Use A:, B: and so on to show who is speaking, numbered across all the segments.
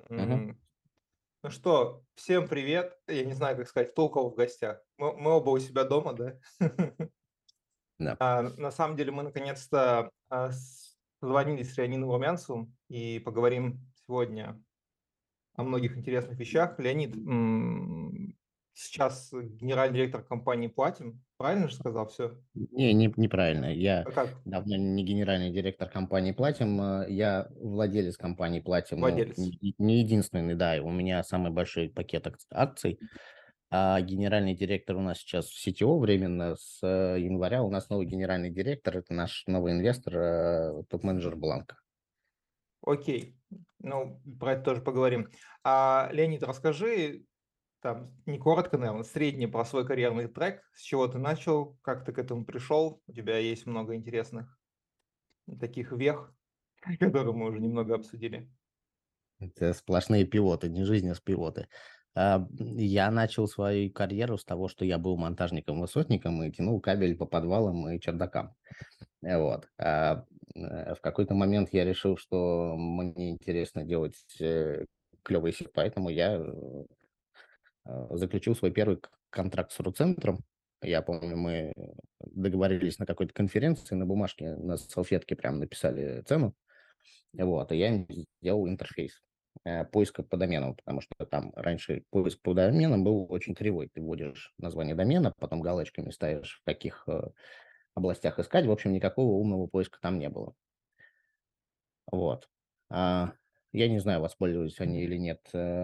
A: Мгм.
B: М, Ну что, всем привет. Я не знаю, как сказать, кто у кого в гостях. Мы оба у себя дома, да?
A: Да.
B: На самом деле мы наконец-то созвонились с Леонидом Румянцевым и поговорим сегодня о многих интересных вещах. Леонид сейчас генеральный директор компании Platinum. Правильно же сказал все?
A: Неправильно. Я
B: А как?
A: давно не генеральный директор компании Platinum, я владелец компании Platinum, ну,
B: Владелец.
A: не единственный, да, и у меня самый большой пакет акций, а генеральный директор у нас сейчас в CTO временно с января, у нас новый генеральный директор, это наш новый инвестор, топ-менеджер Бланка.
B: Окей. Ну, про это тоже поговорим. Леонид, расскажи, там, не коротко, наверное, средне про свой карьерный трек, с чего ты начал, как ты к этому пришел. У тебя есть много интересных таких вех, которые мы уже немного обсудили.
A: Это сплошные пилоты, не жизнь, а пилоты. Я начал свою карьеру с того, что я был монтажником-высотником и тянул кабель по подвалам и чердакам. Вот. В какой-то момент я решил, что мне интересно делать клевый сеть, поэтому я заключил свой первый контракт с Руцентром. Я помню, мы договорились на какой-то конференции, на бумажке, на салфетке прям написали цену, вот, и я им сделал интерфейс поиска по доменам, потому что там раньше поиск по доменам был очень кривой. Ты вводишь название домена, потом галочками ставишь, в каких областях искать. В общем, никакого умного поиска там не было. Вот. А, я не знаю, воспользовались они или нет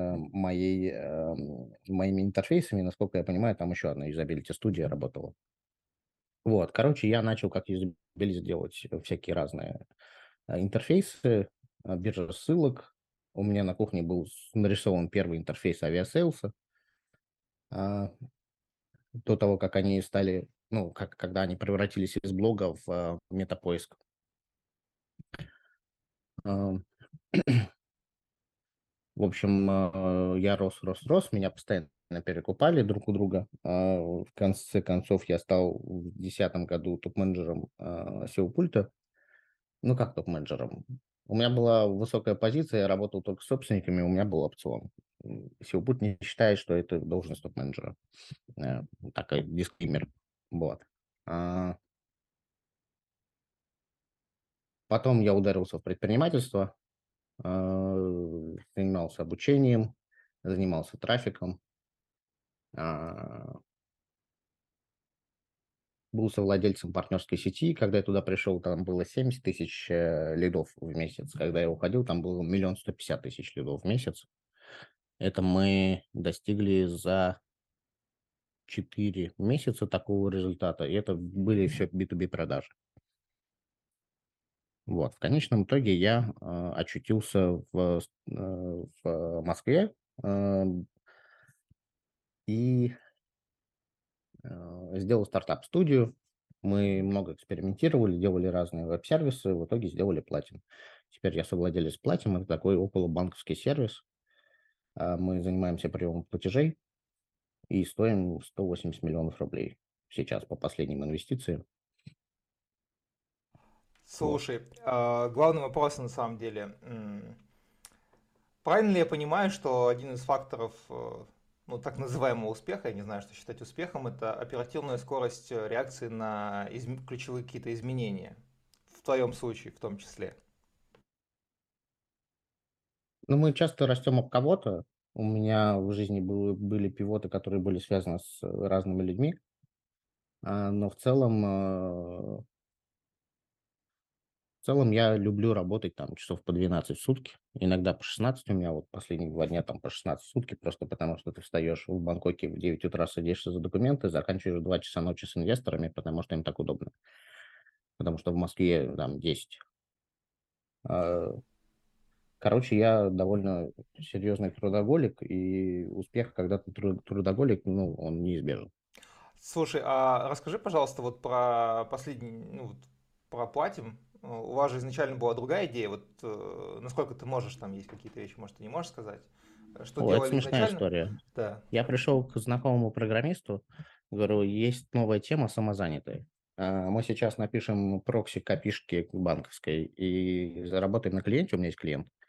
A: моими интерфейсами. Насколько я понимаю, там еще одна юзабилити-студия работала. Вот, короче, я начал как юзабилист делать всякие разные интерфейсы, биржа ссылок. У меня на кухне был нарисован первый интерфейс авиасейлса. А, до того, как они стали, ну, когда они превратились из блога в метапоиск. А, В общем, я рос, меня постоянно перекупали друг у друга. В конце концов, я стал в 2010 году топ-менеджером SEO-пульта. Ну, как топ-менеджером? У меня была высокая позиция, я работал только с собственниками, у меня был опцион. SEO-пульт не считает, что это должность топ-менеджера. Такой дисклеймер. Вот. А, Потом я ударился в предпринимательство, занимался обучением, занимался трафиком, а, был совладельцем партнерской сети. Когда я туда пришел, там было 70 тысяч лидов в месяц. Когда я уходил, там было 1 150 000 лидов в месяц. Это мы достигли за 4 месяца такого результата. И это были все B2B продажи. Вот. В конечном итоге я очутился в Москве э, и сделал стартап-студию. Мы много экспериментировали, делали разные веб-сервисы, в итоге сделали Platinum. Теперь я совладелец Platinum, это такой околобанковский сервис. Мы занимаемся приемом платежей и стоим 180 миллионов рублей сейчас по последним инвестициям. Вот.
B: Слушай, главный вопрос на самом деле. Правильно ли я понимаю, что один из факторов, ну, так называемого успеха, я не знаю, что считать успехом, это оперативная скорость реакции на ключевые какие-то изменения? В твоем случае в том числе.
A: Но мы часто растем об кого-то. У меня в жизни были пивоты, которые были связаны с разными людьми, но в целом я люблю работать там часов по 12 в сутки, иногда по 16, у меня вот последние 2 дня там по 16 в сутки, просто потому что ты встаешь в Бангкоке в 9 утра, садишься за документы, заканчиваешь в 2 часа ночи с инвесторами, потому что им так удобно, потому что в Москве там 10. А, Короче, я довольно серьезный трудоголик, и успех, когда ты трудоголик, ну, он неизбежен.
B: Слушай, а расскажи, пожалуйста, вот про последний, ну, вот про Platinum. У вас же изначально была другая идея. Вот насколько ты можешь, там есть какие-то вещи, может, ты не можешь сказать? Что
A: О, это
B: делали
A: смешная
B: изначально?
A: история.
B: Да.
A: Я пришел к знакомому программисту, говорю, есть новая тема самозанятые. Мы сейчас напишем прокси копишки банковской и заработаем на клиенте, у меня есть клиент.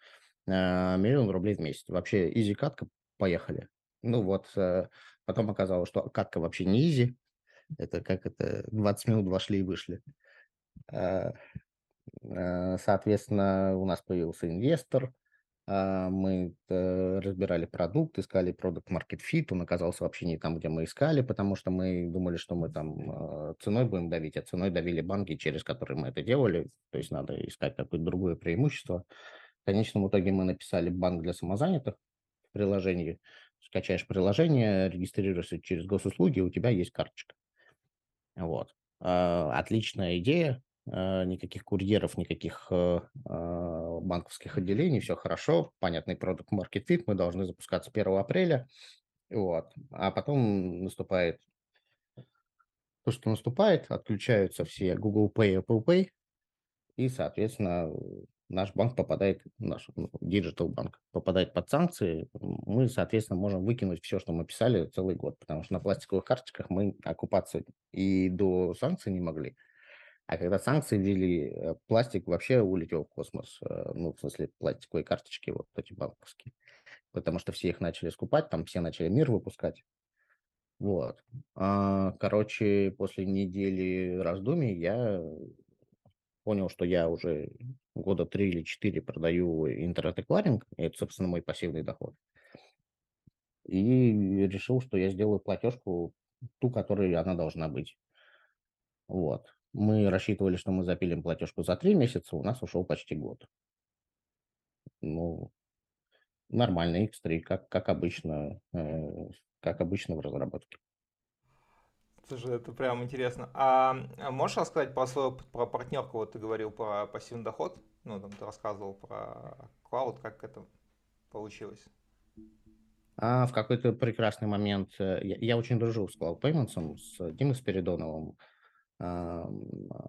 A: миллион рублей в месяц. Вообще изи катка, поехали. Ну вот, потом оказалось, что катка вообще не изи. Это как это, 20 минут вошли и вышли. Э, Соответственно, у нас появился инвестор, мы разбирали продукт, искали продукт market fit, он оказался вообще не там, где мы искали, потому что мы думали, что мы там ценой будем давить, а ценой давили банки, через которые мы это делали, то есть надо искать какое-то другое преимущество. В конечном итоге мы написали банк для самозанятых в приложении, скачаешь приложение, регистрируешься через госуслуги, у тебя есть карточка. Вот. Отличная идея. Никаких курьеров, никаких банковских отделений, все хорошо. Понятный продукт Market Fit. Мы должны запускаться 1 апреля. Вот. А потом наступает то, что наступает. Отключаются все Google Pay, Apple Pay. И, соответственно, наш банк попадает, наш Digital банк попадает под санкции. Мы, соответственно, можем выкинуть все, что мы писали целый год, потому что на пластиковых карточках мы окупаться и до санкций не могли. А когда санкции ввели, пластик вообще улетел в космос. Ну, в смысле, пластиковые карточки вот эти банковские. Потому что все их начали скупать, там все начали мир выпускать. Вот. Короче, после недели раздумий я понял, что я уже года 3 или 4 продаю интернет-эквайринг. И это, собственно, мой пассивный доход. И решил, что я сделаю платежку ту, которой она должна быть. Вот. Мы рассчитывали, что мы запилим платежку за 3 месяца, у нас ушел почти год. Ну, нормально, X3, как обычно в разработке.
B: Слушай, это прям интересно. Можешь рассказать про свою про партнерку? Вот ты говорил про пассивный доход, ну, там ты рассказывал про клауд, как это получилось.
A: А в какой-то прекрасный момент я очень дружил с Cloud Payments, с Димой Спиридоновым ам,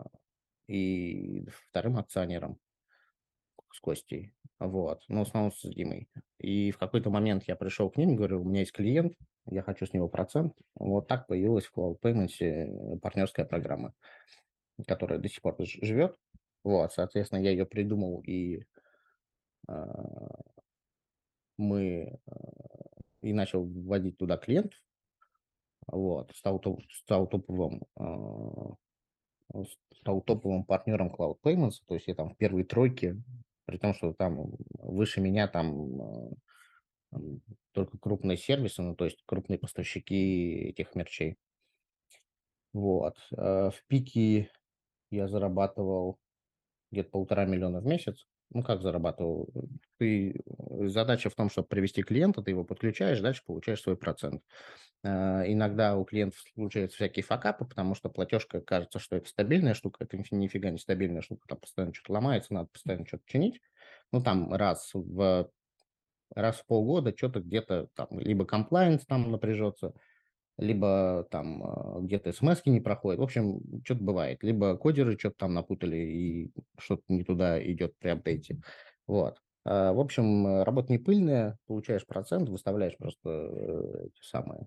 A: и вторым акционером, с Костей. Вот, но в основном с Димой. И в какой-то момент я пришел к ним, говорю, у меня есть клиент, я хочу с него процент. Вот так появилась в Cloud Payments партнерская программа, которая до сих пор живет. Вот, соответственно, я ее придумал, и а, мы и начал вводить туда клиентов. Вот, стал топовым партнером Cloud Payments, то есть я там в первой тройке, при том, что там выше меня там только крупные сервисы, ну, то есть крупные поставщики этих мерчей. Вот. В пике я зарабатывал где-то 1,5 миллиона в месяц. Ну, как зарабатывал? Задача в том, чтобы привести клиента, ты его подключаешь, дальше получаешь свой процент. Иногда у клиентов случаются всякие факапы, потому что платежка кажется, что это стабильная штука, это нифига не стабильная штука, там постоянно что-то ломается, надо постоянно что-то чинить. Ну, там раз в полгода что-то где-то там либо комплайенс там напряжется, либо там где-то смс не проходят. В общем, что-то бывает. Либо кодеры что-то там напутали и что-то не туда идет при апдейте. Вот. В общем, работа не пыльная, получаешь процент, выставляешь просто эти самые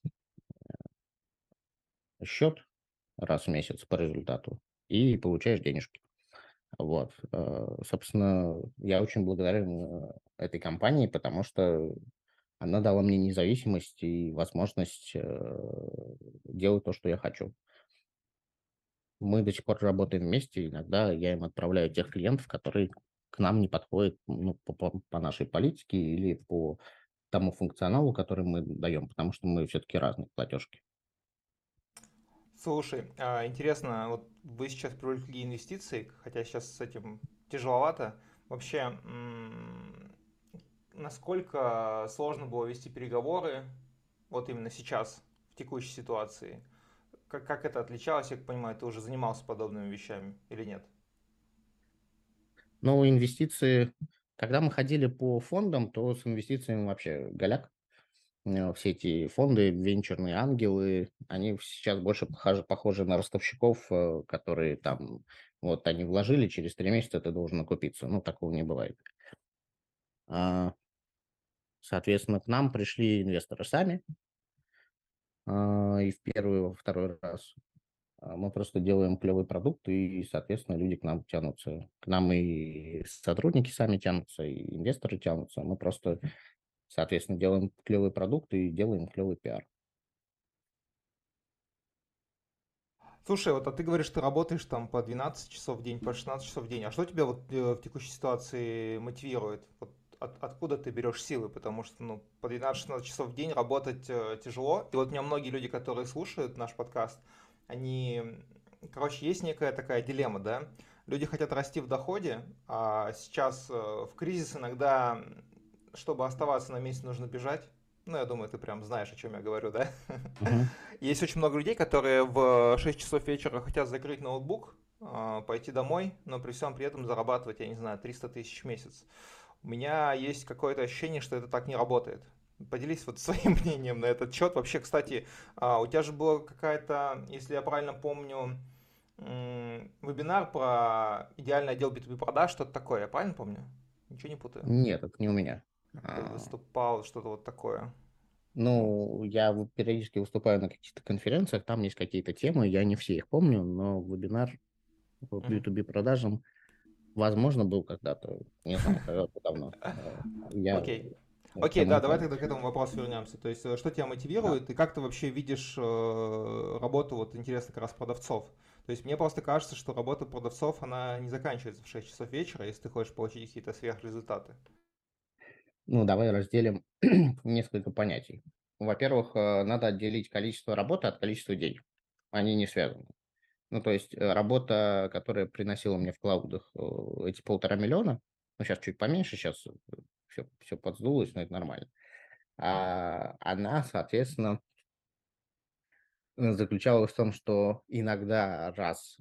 A: счет раз в месяц по результату и получаешь денежки. Вот. Собственно, я очень благодарен этой компании, потому что она дала мне независимость и возможность делать то, что я хочу. Мы до сих пор работаем вместе. Иногда я им отправляю тех клиентов, которые к нам не подходят, ну, по нашей политике или по тому функционалу, который мы даем, потому что мы все-таки разные платежки.
B: Слушай, интересно, вот вы сейчас привлекли инвестиции, хотя сейчас с этим тяжеловато. Вообще, насколько сложно было вести переговоры вот именно сейчас, в текущей ситуации? Как это отличалось? Я так понимаю, ты уже занимался подобными вещами или нет?
A: Но инвестиции, когда мы ходили по фондам, то с инвестициями вообще голяк. Все эти фонды, венчурные ангелы, они сейчас больше похожи на ростовщиков, которые там, вот они вложили, через 3 месяца ты должен окупиться. Ну, такого не бывает. А, Соответственно, к нам пришли инвесторы сами, и в первый, и во второй раз. Мы просто делаем клевый продукт, и, соответственно, люди к нам тянутся. К нам и сотрудники сами тянутся, и инвесторы тянутся. Мы просто, соответственно, делаем клевый продукт и делаем клевый пиар.
B: Слушай, вот, а ты говоришь, ты работаешь там по 12 часов в день, по 16 часов в день. А что тебя вот в текущей ситуации мотивирует? Вот откуда ты берешь силы? Потому что, ну, по 12-16 часов в день работать тяжело. И вот у меня многие люди, которые слушают наш подкаст, они, короче, есть некая такая дилемма, да? Люди хотят расти в доходе, а сейчас в кризис иногда, чтобы оставаться на месте, нужно бежать. Ну, я думаю, ты прям знаешь, о чем я говорю, да?
A: Мгм.
B: Есть очень много людей, которые в 6 часов вечера хотят закрыть ноутбук, пойти домой, но при всем при этом зарабатывать, я не знаю, 300 тысяч в месяц. У меня есть какое-то ощущение, что это так не работает. Поделись вот своим мнением на этот счет. Вообще, кстати, у тебя же была какая-то, если я правильно помню, вебинар про идеальный отдел B2B продаж, что-то такое, я правильно помню? Ничего не путаю.
A: Нет, это не у меня.
B: Ты
A: А,
B: выступал, что-то вот такое. Ну,
A: Ну, я периодически выступаю на каких-то конференциях, там есть какие-то темы, я не все их помню, но вебинар по
B: мгм.
A: B2B продажам, возможно, был когда-то, не знаю, когда-то давно. Я
B: Окей.
A: к
B: Окей,
A: этому
B: да,
A: не
B: давай
A: помню.
B: тогда к этому вопросу вернемся. То есть, что тебя
A: Да.
B: мотивирует и как ты вообще видишь работу, вот интересно, как раз продавцов? То есть, мне просто кажется, что работа продавцов, она не заканчивается в 6 часов вечера, если ты хочешь получить какие-то сверхрезультаты.
A: Ну, давай разделим несколько понятий. Во-первых, надо отделить количество работы от количества денег. Они не связаны. Ну, то есть работа, которая приносила мне в клаудах эти 1,5 миллиона, ну, сейчас чуть поменьше, сейчас все подсдулось, но это нормально. Она, соответственно, заключалась в том, что иногда раз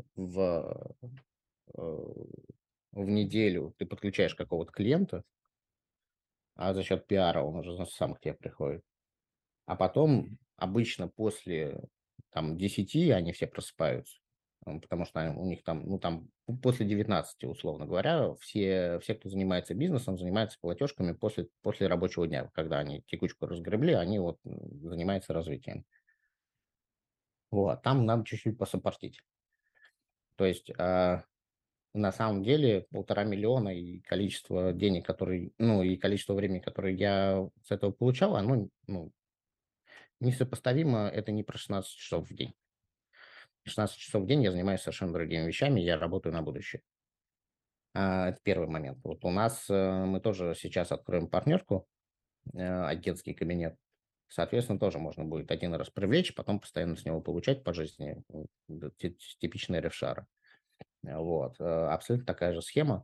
A: э, в неделю ты подключаешь какого-то клиента, а за счет пиара он уже сам к тебе приходит. А потом обычно после там 10 они все просыпаются, потому что у них там, ну там после 19, условно говоря, все, кто занимается бизнесом, занимаются платежками после рабочего дня. Когда они текучку разгребли, они вот занимаются развитием. Вот, там надо чуть-чуть посопортить. То есть на самом деле 1,5 миллиона и количество денег, которые, ну и количество времени, которое я с этого получал, оно ну, несопоставимо, это не про 16 часов в день. 16 часов в день я занимаюсь совершенно другими вещами, я работаю на будущее. Это первый момент. Вот у нас мы тоже сейчас откроем партнерку, агентский кабинет. Соответственно, тоже можно будет один раз привлечь, потом постоянно с него получать по жизни. Типичная ревшара. Вот. Абсолютно такая же схема.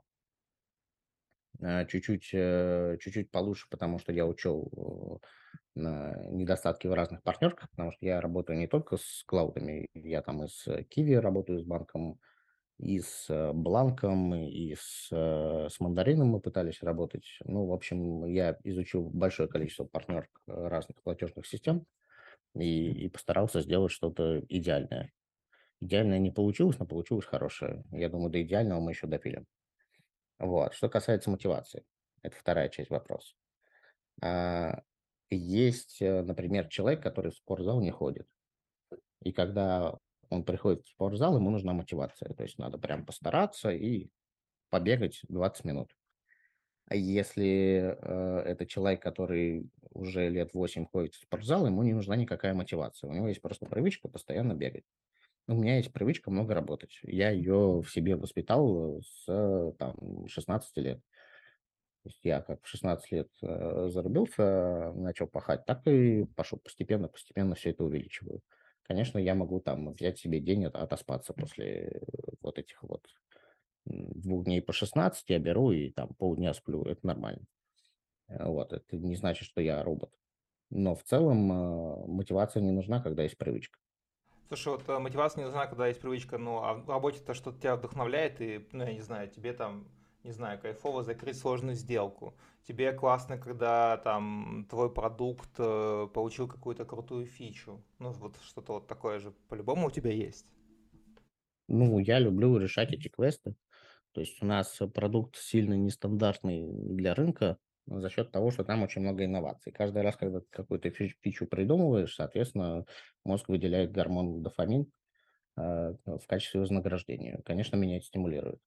A: Чуть-чуть получше, потому что я учел недостатки в разных партнерках, потому что я работаю не только с клаудами, я там и с Киви работаю, с банком, и с Бланком, с Мандарином мы пытались работать. Ну, в общем, я изучил большое количество партнерок разных платежных систем и постарался сделать что-то идеальное. Идеальное не получилось, но получилось хорошее. Я думаю, до идеального мы еще допилим. Вот. Что касается мотивации, это вторая часть вопроса. А, Есть, например, человек, который в спортзал не ходит. И когда он приходит в спортзал, ему нужна мотивация. То есть надо прям постараться и побегать 20 минут. А если это человек, который уже лет 8 ходит в спортзал, ему не нужна никакая мотивация. У него есть просто привычка постоянно бегать. У меня есть привычка много работать. Я ее в себе воспитал с там, 16 лет. То есть я как в 16 лет зарубился, начал пахать, так и пошел постепенно все это увеличиваю. Конечно, я могу там взять себе день отоспаться после вот этих вот 2 дней по 16 я беру и там полдня сплю, это нормально. Вот, это не значит, что я робот. Но в целом мотивация не нужна, когда есть привычка.
B: Слушай, вот мотивация не нужна, когда есть привычка, ну, а в работе-то что-то тебя вдохновляет, и, ну, я не знаю, тебе там, не знаю, кайфово закрыть сложную сделку. Тебе классно, когда там твой продукт получил какую-то крутую фичу. Ну, вот что-то вот такое же по-любому у тебя есть.
A: Ну, я люблю решать эти квесты. То есть у нас продукт сильно нестандартный для рынка за счет того, что там очень много инноваций. Каждый раз, когда ты какую-то фичу придумываешь, соответственно, мозг выделяет гормон дофамин, в качестве вознаграждения. Конечно, меня это стимулирует.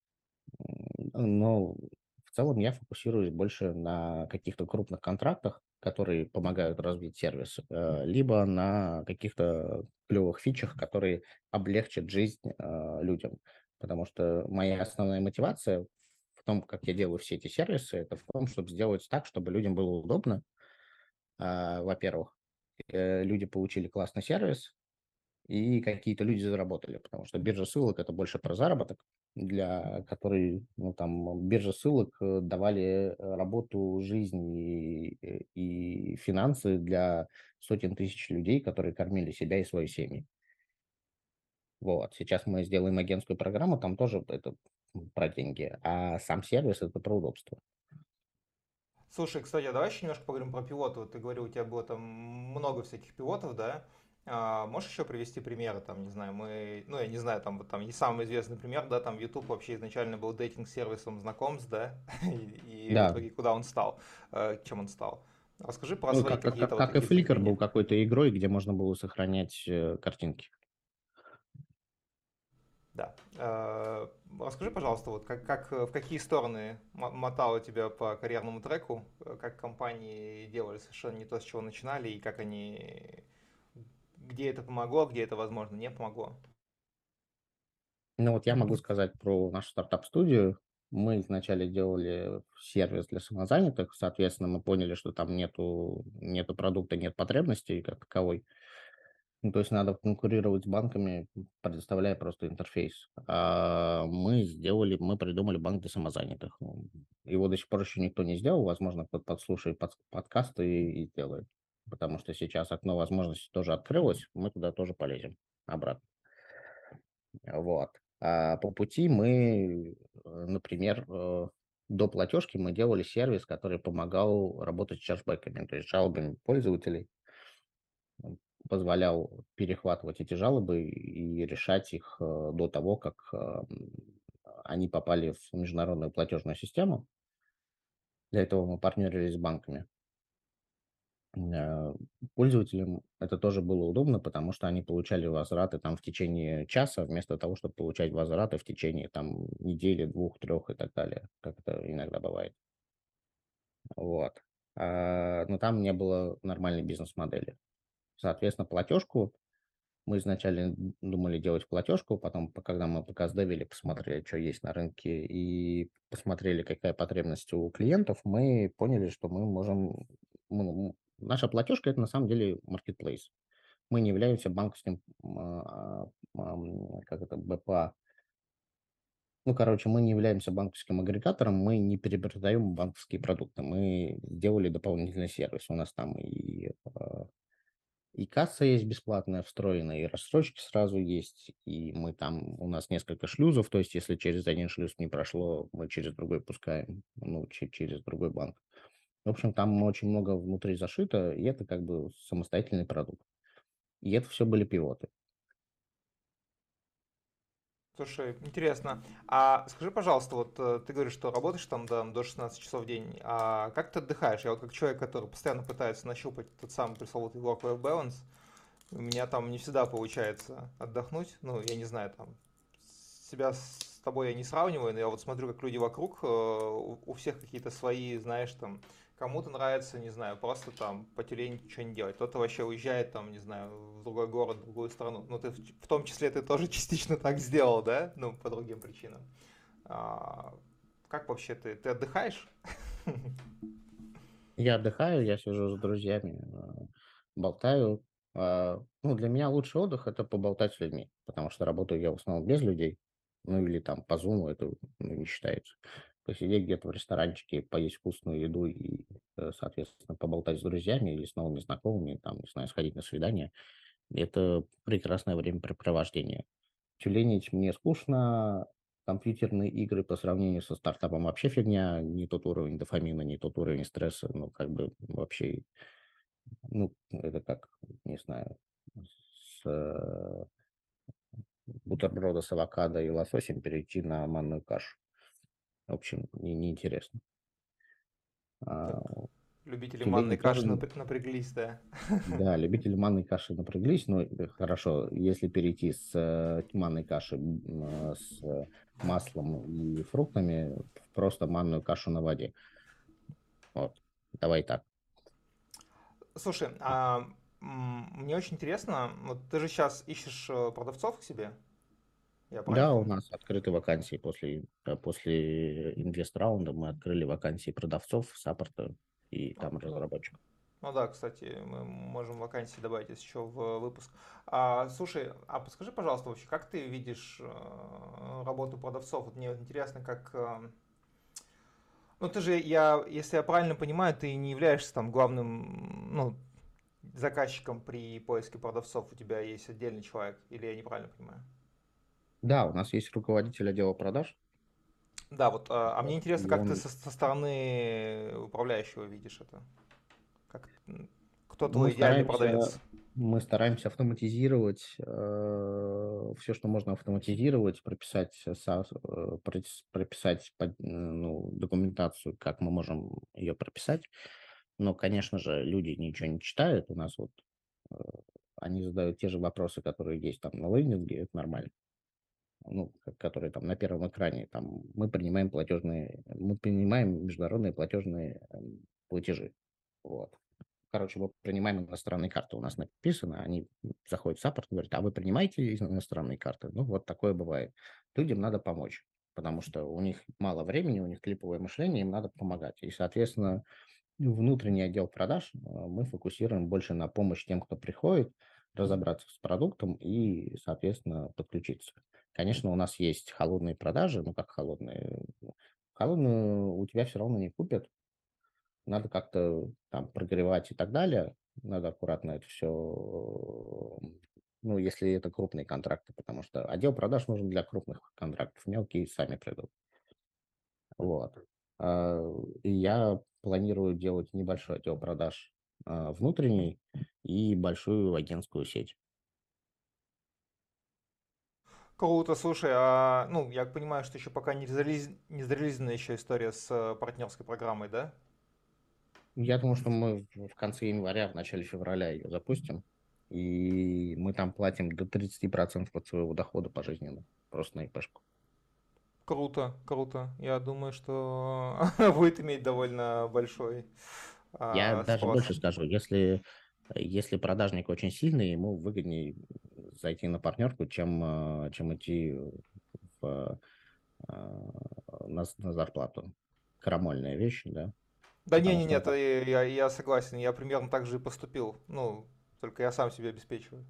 A: Но в целом я фокусируюсь больше на каких-то крупных контрактах, которые помогают развить сервис, либо на каких-то клевых фичах, которые облегчат жизнь людям. Потому что моя основная мотивация в том, как я делаю все эти сервисы, это в том, чтобы сделать так, чтобы людям было удобно, во-первых, люди получили классный сервис, и какие-то люди заработали, потому что биржа ссылок это больше про заработок, для которой, ну, там, биржа ссылок давали работу, жизнь и финансы для сотен тысяч людей, которые кормили себя и свои семьи. Вот. Сейчас мы сделаем агентскую программу, там тоже это про деньги, а сам сервис это про удобство.
B: Слушай, кстати, а давай еще немножко поговорим про пилотов. Вот ты говорил, у тебя было там много всяких пилотов, да? Можешь еще привести примеры, там, не знаю, ну, я не знаю, там, вот там не самый известный пример, да, там, YouTube вообще изначально был дейтинг-сервисом знакомств, да, и в
A: Да,
B: итоге куда он стал, чем он стал. Расскажи про
A: ну,
B: свои
A: как, как,
B: какие-то
A: как
B: вот
A: как и
B: такие
A: Flickr был
B: внедрения.
A: какой-то игрой, где можно было сохранять картинки.
B: Да. Расскажи, пожалуйста, вот в какие стороны мотало тебя по карьерному треку, как компании делали совершенно не то, с чего начинали, и как они, где это помогло, где это, возможно, не помогло.
A: Ну вот я могу сказать про нашу стартап-студию. Мы вначале делали сервис для самозанятых, соответственно, мы поняли, что там нету продукта, нет потребностей как таковой. Ну, то есть надо конкурировать с банками, предоставляя просто интерфейс. Мы придумали банк для самозанятых. Его до сих пор еще никто не сделал, возможно, кто-то подслушает подкаст и сделает. Потому что сейчас окно возможностей тоже открылось, мы туда тоже полезем обратно. Вот. А по пути мы, например, до платежки мы делали сервис, который помогал работать с чашбэками, то есть жалобами пользователей, позволял перехватывать эти жалобы и решать их до того, как они попали в международную платежную систему. Для этого мы партнерились с банками. Э, Пользователям это тоже было удобно, потому что они получали возвраты там в течение часа, вместо того, чтобы получать возвраты в течение там недели, двух, трех и так далее, как это иногда бывает. Вот. Но там не было нормальной бизнес-модели. Соответственно, платежку мы изначально думали делать платежку, потом, когда мы пока сдавили, посмотрели, что есть на рынке, и посмотрели, какая потребность у клиентов, мы поняли, что мы можем... Наша платежка– это на самом деле marketplace. Мы не являемся банковским, как это, БПА. Ну, короче, мы не являемся банковским агрегатором, мы не перепродаем банковские продукты. Мы сделали дополнительный сервис. У нас там и касса есть бесплатная встроенная, и рассрочки сразу есть, и мы там, у нас несколько шлюзов, то есть если через один шлюз не прошло, мы через другой пускаем, ну, через другой банк. В общем, там очень много внутри зашито, и это как бы самостоятельный продукт. И это все были пивоты.
B: Слушай, интересно. А скажи, пожалуйста, вот ты говоришь, что работаешь там до 16 часов в день, а как ты отдыхаешь? Я вот как человек, который постоянно пытается нащупать тот самый пресловутый work-life balance, у меня там не всегда получается отдохнуть. Ну, я не знаю, там, себя с тобой я не сравниваю, но я вот смотрю, как люди вокруг, у всех какие-то свои, знаешь, там, кому-то нравится, не знаю, просто там потюлень ничего не делать. Кто-то вообще уезжает там, не знаю, в другой город, в другую страну. Ну, ты в том числе ты тоже частично так сделал, да? Ну, по другим причинам. А, как вообще ты отдыхаешь?
A: Я отдыхаю, я сижу с друзьями, болтаю. Ну, для меня лучший отдых– это поболтать с людьми, потому что работаю я в основном без людей, ну, или там по Zoom, это ну, не считается. Посидеть где-то в ресторанчике, поесть вкусную еду и, соответственно, поболтать с друзьями или с новыми знакомыми, там, не знаю, сходить на свидание– это прекрасное времяпрепровождение. Тюленить мне скучно, компьютерные игры по сравнению со стартапом вообще фигня, не тот уровень дофамина, не тот уровень стресса, ну, как бы вообще, ну, это как, не знаю, с бутерброда с авокадо и лососем перейти на манную кашу. В общем, неинтересно. А,
B: Любители
A: Тюлени
B: манной
A: тоже,
B: каши напряглись, да.
A: да, любители манной каши напряглись, но хорошо, если перейти с манной каши с маслом и фруктами в просто манную кашу на воде. Вот, давай так.
B: Слушай, мне очень интересно, вот ты же сейчас ищешь продавцов к себе, я правильно
A: Да, у
B: помню?
A: нас открыты вакансии после инвест-раунда, мы открыли вакансии продавцов, саппорта и там разработчиков.
B: Ну да, кстати, мы можем вакансии добавить если еще в выпуск. Слушай, а подскажи, пожалуйста, вообще, как ты видишь работу продавцов? Вот мне вот интересно, как... ну ты же, если я правильно понимаю, ты не являешься там главным, ну, заказчиком при поиске продавцов. У тебя есть отдельный человек, или я неправильно понимаю?
A: Да, у нас есть руководитель отдела продаж,
B: Да, вот, а мне интересно,
A: и
B: как ты
A: он,
B: со стороны управляющего видишь это? Как, кто
A: мы
B: твой идеальный
A: стараемся,
B: продавец?
A: мы стараемся автоматизировать все, что можно автоматизировать, прописать ну, документацию, как мы можем ее прописать. Но, конечно же, люди ничего не читают. У нас вот э, они задают те же вопросы, которые есть там на лендинге, это нормально. Ну, которые там на первом экране, там мы принимаем международные платежные платежи. Вот. Короче, мы принимаем иностранные карты, у нас написано, они заходят в саппорт и говорят, а вы принимаете иностранные карты? Ну, вот такое бывает. Людям надо помочь, потому что у них мало времени, у них клиповое мышление, им надо помогать. И, соответственно, внутренний отдел продаж мы фокусируем больше на помощь тем, кто приходит, разобраться с продуктом и, соответственно, подключиться. Конечно, у нас есть холодные продажи, ну как холодные, холодную у тебя все равно не купят, надо как-то там прогревать и так далее, надо аккуратно это все, ну, если это крупные контракты, потому что отдел продаж нужен для крупных контрактов, мелкие сами придут. Вот. А, И я планирую делать небольшой отдел продаж внутренний и большую агентскую сеть.
B: Круто, слушай, ну, я понимаю, что еще пока не зарелизена еще история с партнерской программой, да?
A: Я думаю, что мы в конце января, в начале февраля ее запустим, и мы там платим до 30% от своего дохода пожизненно, просто на ИПшку.
B: Круто, круто. Я думаю, что будет иметь довольно большой
A: Я даже
B: спрос.
A: больше скажу, если продажник очень сильный, ему выгоднее зайти на партнерку, чем идти в, на зарплату. Крамольная вещь, да,
B: Да не,
A: потому
B: не,
A: что,
B: нет, я согласен, я примерно так же и поступил. Ну, только я сам себе обеспечиваю.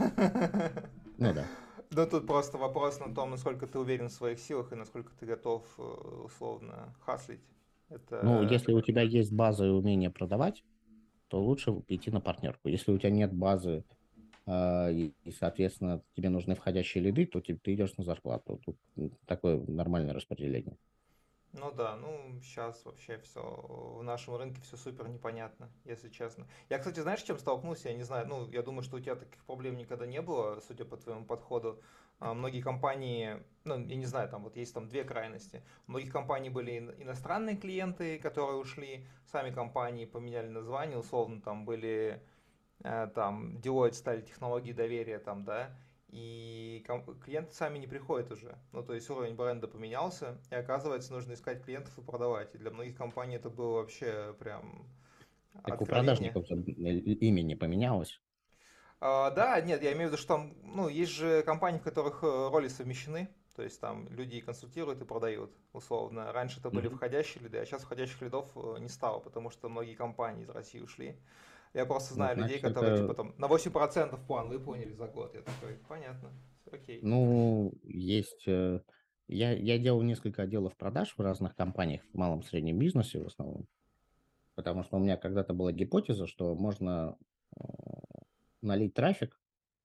A: ну да.
B: Ну, тут просто вопрос на том, насколько ты уверен в своих силах и насколько ты готов условно хаслить.
A: Ну,
B: Это...
A: если у тебя есть база и умение продавать, то лучше идти на партнерку. Если у тебя нет базы, соответственно, тебе нужны входящие лиды, то ты идешь на зарплату. Тут такое нормальное распределение.
B: Ну да, ну сейчас вообще все в нашем рынке все супер непонятно, если честно. Я, кстати, знаешь, с чем столкнулся? Я не знаю, ну я думаю, что у тебя таких проблем никогда не было, судя по твоему подходу. Многие компании, ну я не знаю, там вот есть там две крайности. У многих компаний были иностранные клиенты, которые ушли, сами компании поменяли название, условно там были там Deloitte стали технологии доверия там, да, и клиенты сами не приходят уже. Ну, то есть уровень бренда поменялся, и оказывается, нужно искать клиентов и продавать. И для многих компаний это было вообще прям
A: Так у
B: откровение.
A: продажников же имя не поменялось.
B: Да, нет, я имею в виду, что там, ну, есть же компании, в которых роли совмещены, то есть там люди и консультируют, и продают, условно. Раньше это были
A: Мгм.
B: входящие лиды, а сейчас входящих лидов не стало, потому что многие компании из России ушли. Я просто
A: Ну,
B: знаю людей,
A: значит,
B: которые
A: это,
B: типа там на 8% план выполнили за год. Я такой, понятно, окей.
A: ну, есть... Я делал несколько отделов продаж в разных компаниях, в малом и среднем бизнесе в основном, потому что у меня когда-то была гипотеза, что можно э, налить трафик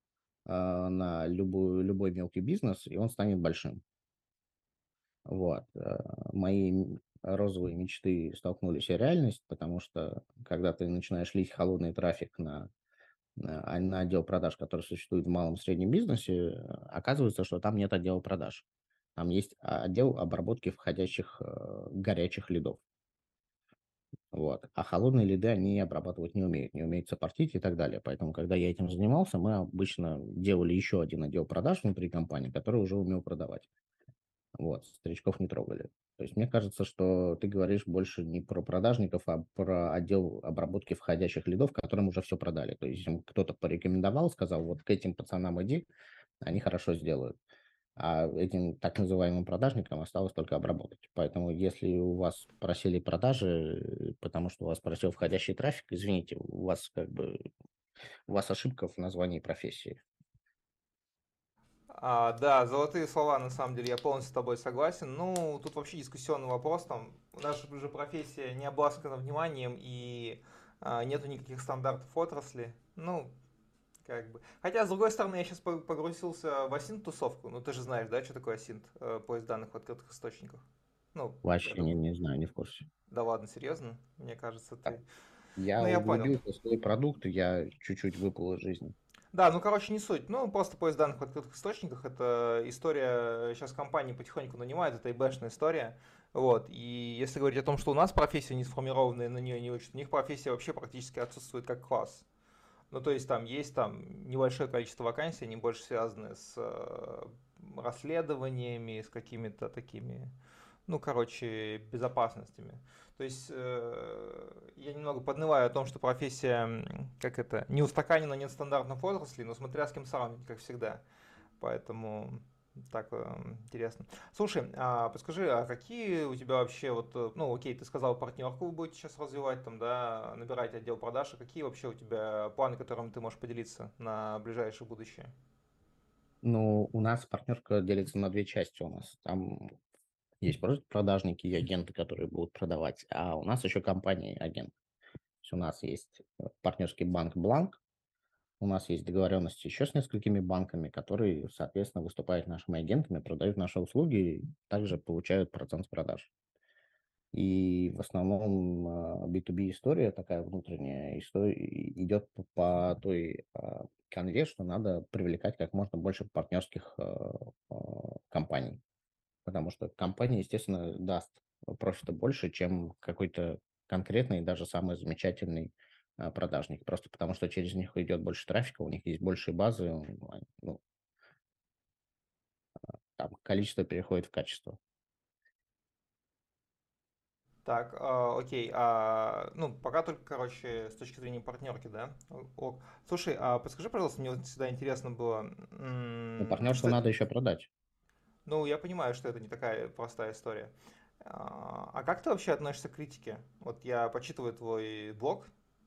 A: на любой мелкий бизнес, и он станет большим. Вот. Мои розовые мечты столкнулись с реальностью, потому что когда ты начинаешь лить холодный трафик на отдел продаж, который существует в малом и среднем бизнесе, оказывается, что там нет отдела продаж. Там есть отдел обработки входящих горячих лидов. Вот. А холодные лиды они обрабатывать не умеют сопортить и так далее. Поэтому, когда я этим занимался, мы обычно делали еще один отдел продаж внутри компании, который уже умел продавать. Вот, старичков не трогали. То есть мне кажется, что ты говоришь больше не про продажников, а про отдел обработки входящих лидов, которым уже все продали. То есть им кто-то порекомендовал, сказал, вот к этим пацанам иди, они хорошо сделают. А этим так называемым продажникам осталось только обработать. Поэтому если у вас просили продажи, потому что у вас просил входящий трафик, извините, у вас как бы у вас ошибка в названии профессии.
B: Да, золотые слова, на самом деле, я полностью с тобой согласен. Ну, тут вообще дискуссионный вопрос, там, наша же профессия не обласкана вниманием и нету никаких стандартов отрасли. Ну, как бы. Хотя, с другой стороны, я сейчас погрузился в асинт-тусовку. Ну, ты же знаешь, да, что такое асинт? Поиск данных в открытых источниках. Ну, я
A: Вообще
B: думаю.
A: не знаю, не в курсе.
B: Да ладно, серьезно? Мне кажется, ты...
A: Я
B: Ну, я понял.
A: углубился в свой продукт, и я чуть-чуть выпал из жизни.
B: Да, ну, короче, не суть. Ну, просто поиск данных в открытых источниках — это история, сейчас компании потихоньку нанимают, это ИБшная история. Вот, и если говорить о том, что у нас профессия не сформированная, на нее не учат, у них профессия вообще практически отсутствует как класс. Ну, то есть там есть небольшое количество вакансий, они больше связаны с расследованиями, с какими-то такими, ну, короче, безопасностями. То есть я немного поднываю о том, что профессия, как это, не устаканена, нет стандартных отраслей, но смотря с кем сравнивать, как всегда. Поэтому так интересно. Слушай, подскажи, а какие у тебя вообще вот, ну, окей, ты сказал, партнерку вы будете сейчас развивать, там, да, набирать отдел продаж, а какие вообще у тебя планы, которыми ты можешь поделиться на ближайшее будущее?
A: Ну, у нас партнерка делится на две части у нас. Там есть просто продажники и агенты, которые будут продавать, а у нас еще компания агент. То есть у нас есть партнерский банк Бланк, у нас есть договоренности еще с несколькими банками, которые, соответственно, выступают нашими агентами, продают наши услуги и также получают процент с продаж. И в основном B2B история, такая внутренняя история, идет по той конве, что надо привлекать как можно больше партнерских компаний. Потому что компания, естественно, даст профита больше, чем какой-то конкретный, даже самый замечательный продажник. Просто потому что через них идет больше трафика, у них есть больше базы, ну, там количество переходит в качество.
B: Так, окей, ну, пока только, короче, с точки зрения партнерки, да? Ок. Слушай, подскажи, пожалуйста, мне вот всегда интересно было,
A: Но партнершу
B: что...
A: надо еще продать.
B: Ну, я понимаю, что это не такая простая история. Как ты вообще относишься к критике? Вот я почитываю твой блог.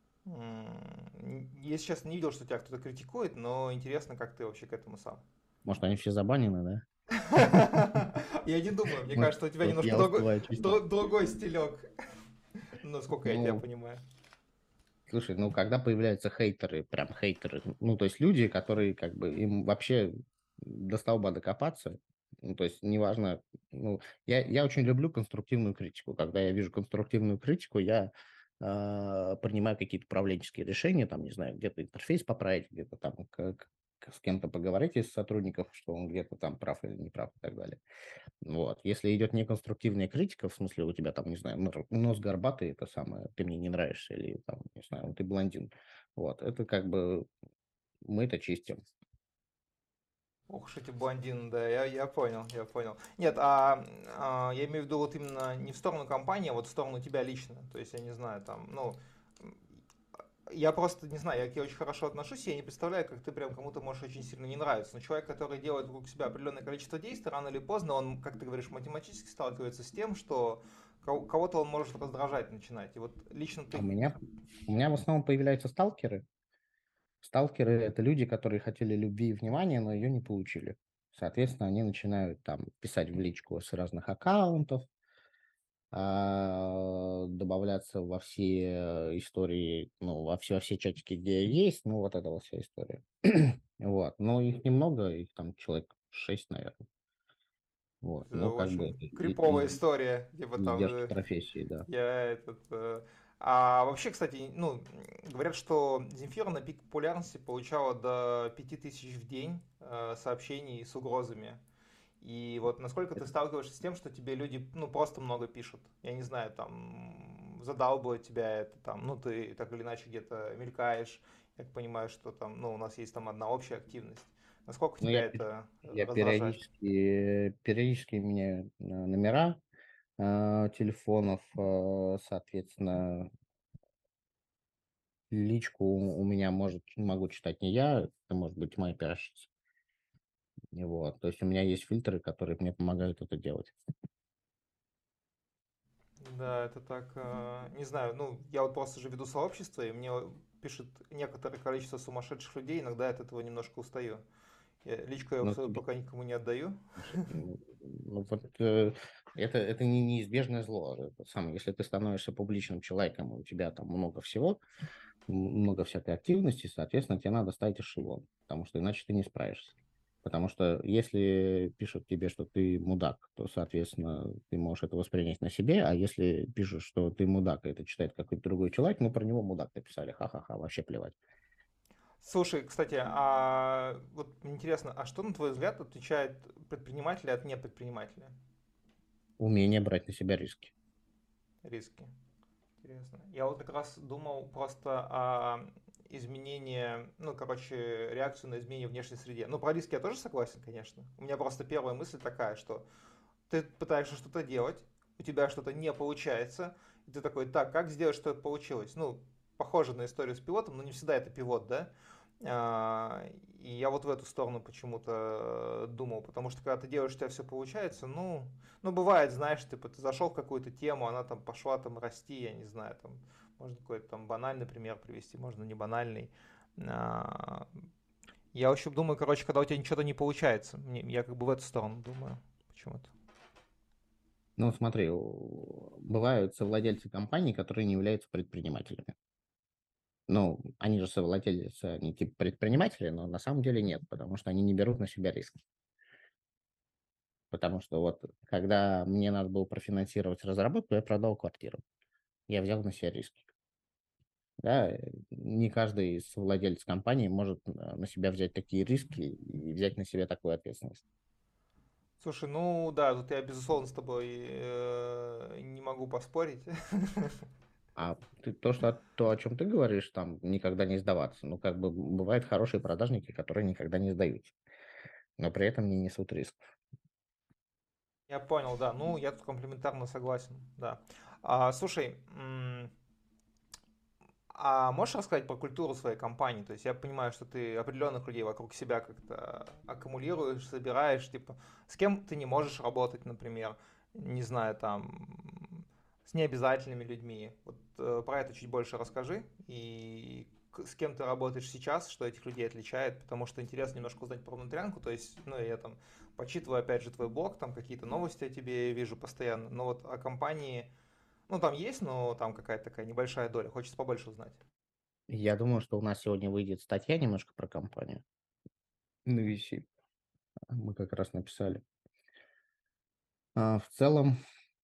B: Если честно, не видел, что тебя кто-то критикует, но интересно, как ты вообще к этому сам.
A: Может, они все забанены, да?
B: Я не думаю, мне
A: Вот,
B: кажется, у тебя
A: вот
B: немножко
A: я успеваю чистить.
B: другой стилек, насколько я тебя
A: Ну,
B: понимаю.
A: слушай, ну, когда появляются хейтеры, прям хейтеры, ну, то есть люди, которые как бы им вообще до столба докопаться, ну, то есть неважно, ну, я очень люблю конструктивную критику. Когда я вижу конструктивную критику, я принимаю какие-то управленческие решения, там, не знаю, где-то интерфейс поправить, где-то там с кем-то поговорить из сотрудников, что он где-то там прав или не прав и так далее. Вот. Если идет неконструктивная критика, в смысле у тебя там, не знаю, нос горбатый, это самое, ты мне не нравишься, или там, не знаю, ты блондин. Вот. Это как бы мы это чистим.
B: Ох уж эти блондины, да, я понял, я понял. Нет, я имею в виду вот именно не в сторону компании, а вот в сторону тебя лично. То есть, я не знаю, там, ну, я просто не знаю, я к тебе очень хорошо отношусь, я не представляю, как ты прям кому-то можешь очень сильно не нравиться. Но человек, который делает вокруг себя определенное количество действий, рано или поздно он, как ты говоришь, математически сталкивается с тем, что кого-то он может раздражать начинать. И вот лично
A: А
B: ты...
A: у меня в основном появляются сталкеры. Сталкеры – это люди, которые хотели любви и внимания, но ее не получили. Соответственно, они начинают там писать в личку с разных аккаунтов, добавляться во все истории, ну, во все чатики, где есть, ну, вот эта вот вся история. Вот, но их немного, их там человек 6, наверное. Вот,
B: Это
A: ну, как бы
B: очень криповая история, типа там
A: издержки профессии, да.
B: я этот... А вообще, кстати, ну, говорят, что Земфира на пик популярности получала до 5000 в день сообщений с угрозами. И вот насколько ты сталкиваешься с тем, что тебе люди, ну, просто много пишут? Я не знаю, там, задалбывает тебя это там, ну, ты так или иначе где-то мелькаешь, я так понимаю, что там, ну, у нас есть там одна общая активность. Насколько
A: Но
B: тебя это
A: я
B: раздражает?
A: периодически меняю номера телефонов, соответственно, личку у меня могу читать не я, это может быть моя пиарщица. И вот. То есть у меня есть фильтры, которые мне помогают это делать.
B: Да, это так, не знаю, ну, я вот просто же веду сообщество, и мне пишет некоторое количество сумасшедших людей, иногда я от этого немножко устаю. Личку я
A: Но
B: свою
A: тебе,
B: пока никому не отдаю.
A: слушай, ну вот, это не неизбежное зло. Это самое, если ты становишься публичным человеком, и у тебя там много всего, много всякой активности, соответственно, тебе надо ставить эшелон, потому что иначе ты не справишься. Потому что если пишут тебе, что ты мудак, то, соответственно, ты можешь это воспринять на себе, а если пишут, что ты мудак, и это читает какой-то другой человек, ну, про него мудак написали, ха-ха-ха, вообще плевать.
B: Слушай, кстати, а вот интересно, а что, на твой взгляд, отличает предпринимателя от непредпринимателя?
A: Умение брать на себя риски.
B: Риски. Интересно. Я вот как раз думал просто о изменении, ну, короче, реакцию на изменения в внешней среде. Ну, про риски я тоже согласен, конечно. У меня просто первая мысль такая, что ты пытаешься что-то делать, у тебя что-то не получается, и ты такой, так, как сделать, чтобы это получилось? Ну, похоже на историю с пилотом, но не всегда это пилот, да? А, И я вот в эту сторону почему-то думал, потому что когда ты делаешь, у тебя все получается, ну, бывает, знаешь, типа ты зашел в какую-то тему, она там пошла там расти, я не знаю, там, можно какой-то там банальный пример привести, можно не банальный. А, Я, в общем, думаю, короче, когда у тебя ничего-то не получается, я как бы в эту сторону думаю почему-то.
A: Ну, смотри, бывают совладельцы компаний, которые не являются предпринимателями. Ну, они же совладельцы, они типа предприниматели, но на самом деле нет, потому что они не берут на себя риски. Потому что вот когда мне надо было профинансировать разработку, я продал квартиру. Я взял на себя риски. Да, не каждый из владельцев компании может на себя взять такие риски и взять на себя такую ответственность.
B: Слушай, ну да, тут я безусловно с тобой не могу поспорить.
A: А то, о чем ты говоришь, там никогда не сдаваться. Ну, как бы бывают хорошие продажники, которые никогда не сдаются, но при этом не несут рисков.
B: Я понял, да. Ну, я тут комплементарно согласен, да. Слушай, а можешь рассказать про культуру своей компании? То есть я понимаю, что ты определенных людей вокруг себя как-то аккумулируешь, собираешь, типа, с кем ты не можешь работать, например, не знаю, там, с необязательными людьми. Вот про это чуть больше расскажи. И с кем ты работаешь сейчас, что этих людей отличает, потому что интересно немножко узнать про внутрянку. То есть, ну, я там почитываю, опять же, твой блог, там какие-то новости о тебе вижу постоянно, но вот о компании, ну, там есть, но там какая-то такая небольшая доля. Хочется побольше узнать.
A: Я думаю, что у нас сегодня выйдет статья немножко про компанию на VC. Мы как раз написали. В целом,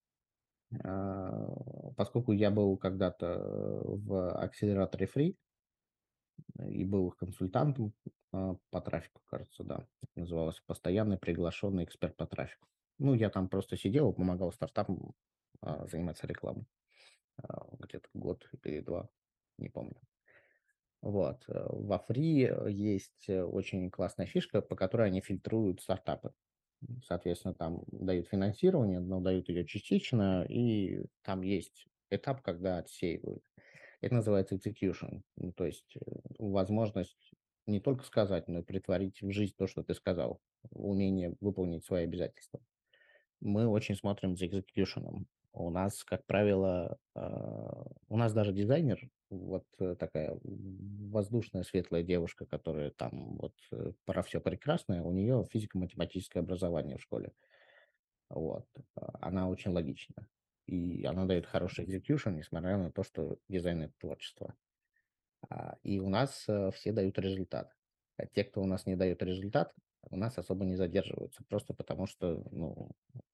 A: поскольку я был когда-то в акселераторе Free и был их консультантом по трафику, кажется, да, называлось «Постоянный приглашенный эксперт по трафику». Ну, я там просто сидел, помогал стартапам заниматься рекламой. Где-то год или два, не помню. Вот. Во Free есть очень классная фишка, по которой они фильтруют стартапы. Соответственно, там дают финансирование, но дают ее частично, и там есть этап, когда отсеивают. Это называется execution. Ну, то есть возможность не только сказать, но и притворить в жизнь то, что ты сказал. Умение выполнить свои обязательства. Мы очень смотрим за экзекьюшеном. У нас, как правило, у нас даже дизайнер, вот такая воздушная светлая девушка, которая там вот про все прекрасное, у нее физико-математическое образование в школе. Вот. Она очень логична. И она дает хороший экзекьюшн, несмотря на то, что дизайн — это творчество. И у нас все дают результат. А те, кто у нас не дает результат, у нас особо не задерживаются, просто потому что ну,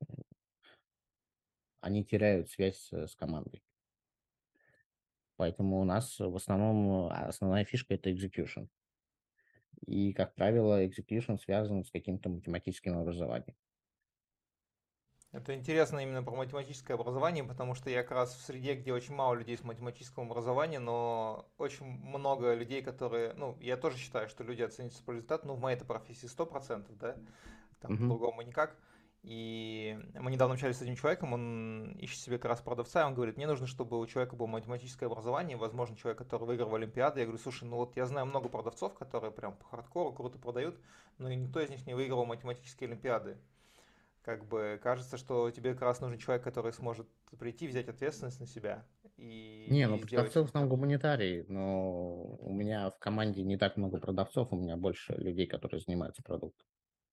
A: они теряют связь с командой. Поэтому у нас в основном основная фишка — это execution. И, как правило, execution связан с каким-то математическим образованием.
B: Это интересно именно про математическое образование, потому что я как раз в среде, где очень мало людей с математическим образованием, но очень много людей, которые, ну, я тоже считаю, что люди оценят свой результат, ну, в моей этой профессии 100%, да, там
A: Мгм.
B: по-другому никак. И мы недавно общались с этим человеком, он ищет себе как раз продавца, и он говорит, мне нужно, чтобы у человека было математическое образование, возможно, человек, который выиграл Олимпиады. Я говорю, слушай, ну вот я знаю много продавцов, которые прям по хардкору круто продают, но и никто из них не выиграл математические Олимпиады. Как бы кажется, что тебе как раз нужен человек, который сможет прийти, взять ответственность на себя
A: Не, ну
B: и сделать
A: продавцы в основном
B: результат.
A: гуманитарии, но у меня в команде не так много продавцов, у меня больше людей, которые занимаются продуктом.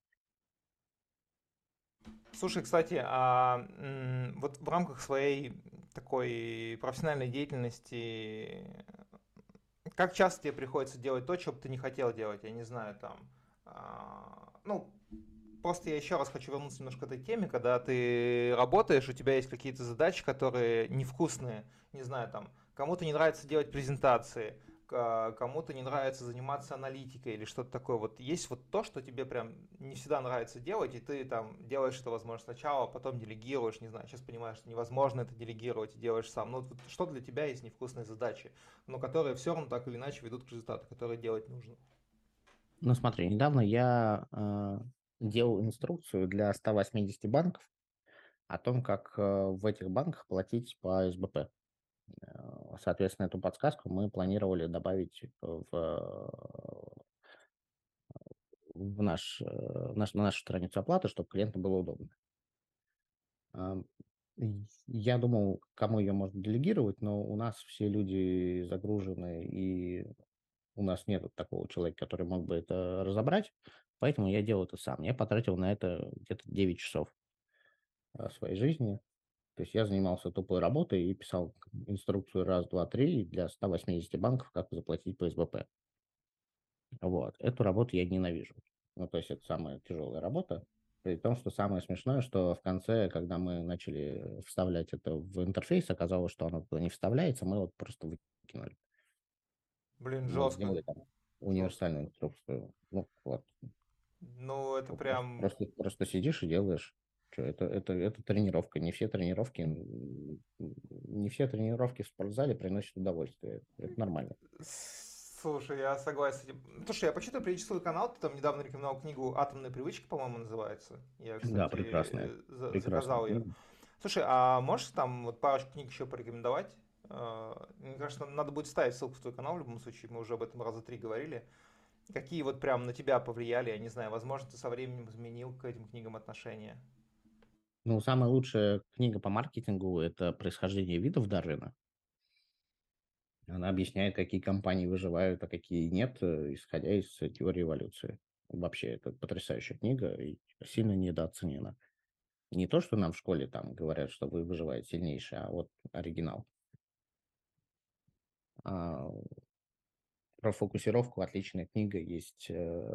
B: Слушай, кстати, вот в рамках своей такой профессиональной деятельности, как часто тебе приходится делать то, что бы ты не хотел делать? Я не знаю, там, ну, просто я еще раз хочу вернуться немножко к этой теме, когда ты работаешь, у тебя есть какие-то задачи, которые невкусные, не знаю, там, кому-то не нравится делать презентации, кому-то не нравится заниматься аналитикой или что-то такое. Вот есть вот то, что тебе прям не всегда нравится делать, и ты там делаешь это, возможно, сначала, а потом делегируешь, не знаю, сейчас понимаешь, что невозможно это делегировать и делаешь сам. Ну, вот что для тебя есть невкусные задачи, но которые все равно так или иначе ведут к результату, которые делать нужно?
A: Ну смотри, недавно я делал инструкцию для 180 банков о том, как в этих банках платить по СБП. Соответственно, эту подсказку мы планировали добавить на нашу страницу оплаты, чтобы клиенту было удобно. Ам, Я думал, кому ее можно делегировать, но у нас все люди загружены, и у нас нет такого человека, который мог бы это разобрать, поэтому я делал это сам. Я потратил на это где-то 9 часов своей жизни. То есть я занимался тупой работой и писал инструкцию раз, два, три для 180 банков, как заплатить по СБП. Вот. Эту работу я ненавижу. Ну, то есть это самая тяжелая работа. При том, что самое смешное, что в конце, когда мы начали вставлять это в интерфейс, оказалось, что оно туда не вставляется, мы вот просто выкинули.
B: Блин,
A: Мы
B: жестко,
A: сделали там
B: жестко.
A: универсальную инструкцию. Ну, вот.
B: Ну, это прям.
A: Просто сидишь и делаешь. Чё, это тренировка. Не все тренировки в спортзале приносят удовольствие. Это нормально.
B: Слушай, я согласен с этим. Слушай, я почитаю периодически свой канал, ты там недавно рекомендовал книгу «Атомные привычки», по-моему, называется. Я,
A: Да,
B: кстати,
A: прекрасная. Прекрасная
B: заказал ее.
A: книга.
B: Слушай, а можешь там вот парочку книг еще порекомендовать? Мне кажется, надо будет ставить ссылку в твой канал в любом случае, мы уже об этом раза три говорили. Какие вот прям на тебя повлияли, я не знаю, возможно, ты со временем изменил к этим книгам отношение.
A: Ну, самая лучшая книга по маркетингу – это «Происхождение видов» Дарвина. Она объясняет, какие компании выживают, а какие нет, исходя из теории эволюции. Вообще, это потрясающая книга и сильно недооценена. Не то, что нам в школе там говорят, что вы выживаете сильнейший, а вот оригинал. А, про фокусировку отличная книга есть.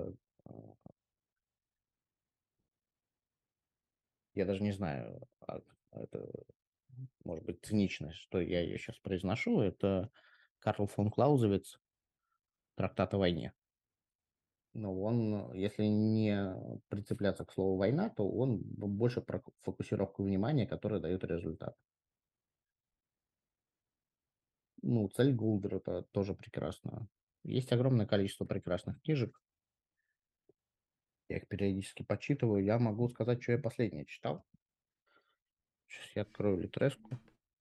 A: Я даже не знаю, это может быть цинично, что я ее сейчас произношу. Это Карл фон Клаузевиц «Трактат о войне». Но он, если не прицепляться к слову «война», то он больше про фокусировку внимания, которая дает результат. Ну, «Цель Голдрата» тоже прекрасно. Есть огромное количество прекрасных книжек. Я их периодически почитываю. Я могу сказать, что я последнее читал. Сейчас я открою литреску.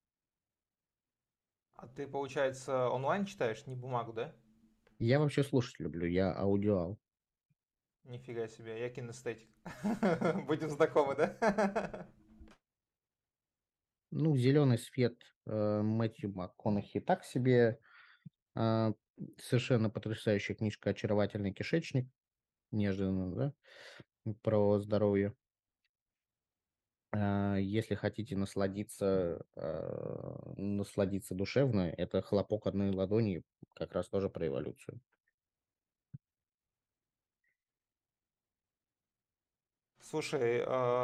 B: А ты, получается, онлайн читаешь, не бумагу, да?
A: Я вообще слушать люблю, я аудиал.
B: Нифига себе, я кинестетик. Будем знакомы, да?
A: Ну, «Зеленый свет» Мэтью МакКонахи так себе. А, Совершенно потрясающая книжка «Очаровательный кишечник». Неожиданно, да? Про здоровье. Если хотите насладиться душевно, это «Хлопок одной ладони», как раз тоже про эволюцию.
B: Слушай,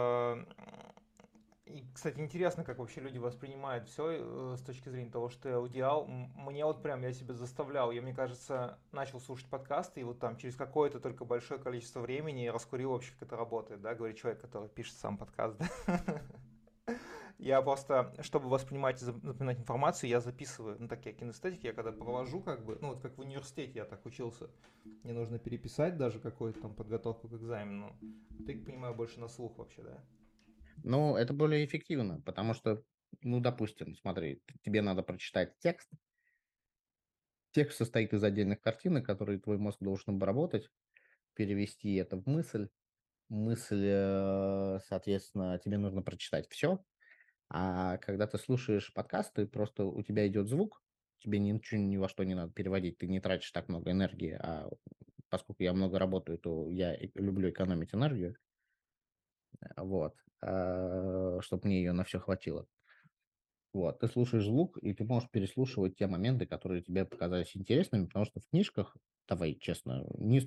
B: и, кстати, интересно, как вообще люди воспринимают все с точки зрения того, что я аудиал. Мне вот прям я себя заставлял. Я, мне кажется, начал слушать подкасты, и вот там через какое-то только большое количество времени раскурил вообще, как это работает, да, говорит человек, который пишет сам подкаст, да. Я просто, чтобы воспринимать и запоминать информацию, я записываю. Ну, так я кинестетик, я когда провожу, как бы, ну, вот как в университете я так учился. Мне нужно переписать даже какую-то там подготовку к экзамену. Ты, понимаю, больше на слух вообще, да?
A: Ну, это более эффективно, потому что, ну, допустим, смотри, тебе надо прочитать текст. Текст состоит из отдельных картинок, которые твой мозг должен обработать, перевести это в мысль. Мысль, соответственно, тебе нужно прочитать все. А когда ты слушаешь подкасты, просто у тебя идет звук, тебе ничего ни во что не надо переводить, ты не тратишь так много энергии. А поскольку я много работаю, то я люблю экономить энергию, вот, чтобы мне ее на все хватило. Вот, ты слушаешь звук, и ты можешь переслушивать те моменты, которые тебе показались интересными, потому что в книжках, давай честно,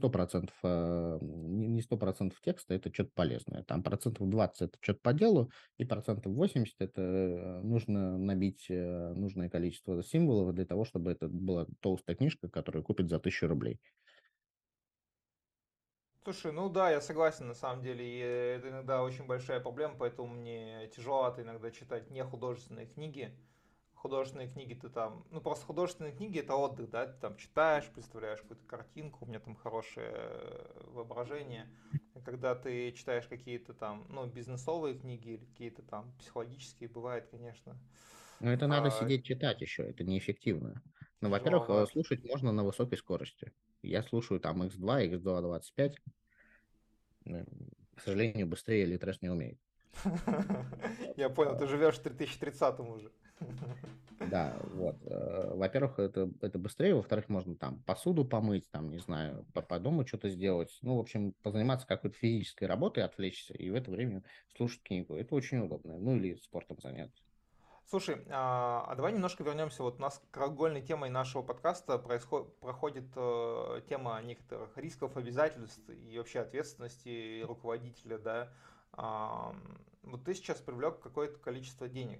A: не 100% текста это что-то полезное. Там процентов 20 это что-то по делу, и процентов 80 это нужно набить нужное количество символов для того, чтобы это была толстая книжка, которую купят за 1000 рублей.
B: Слушай, ну да, я согласен, на самом деле, и это иногда очень большая проблема, поэтому мне тяжеловато иногда читать не художественные книги. Художественные книги ты там, ну просто художественные книги это отдых, да, ты там читаешь, представляешь какую-то картинку, у меня там хорошее воображение. А когда ты читаешь какие-то там, ну, бизнесовые книги или какие-то там психологические, бывает, конечно,
A: Но это надо
B: а,
A: сидеть читать еще, это неэффективно. Ну, во-первых,
B: тяжеловато.
A: слушать можно на высокой скорости. Я слушаю там X2, X2 25. К сожалению, быстрее Литрес не умеет.
B: Я понял, ты живешь в 3030 уже.
A: Да, вот. Во-первых, это быстрее, во-вторых, можно там посуду помыть, там, не знаю, по дому что-то сделать. Ну, в общем, позаниматься какой-то физической работой, отвлечься, и в это время слушать книгу. Это очень удобно. Ну, или спортом заняться.
B: Слушай, а давай немножко вернемся. Вот у нас краеугольной темой нашего подкаста проходит тема некоторых рисков, обязательств и вообще ответственности руководителя, да. Вот ты сейчас привлек какое-то количество денег.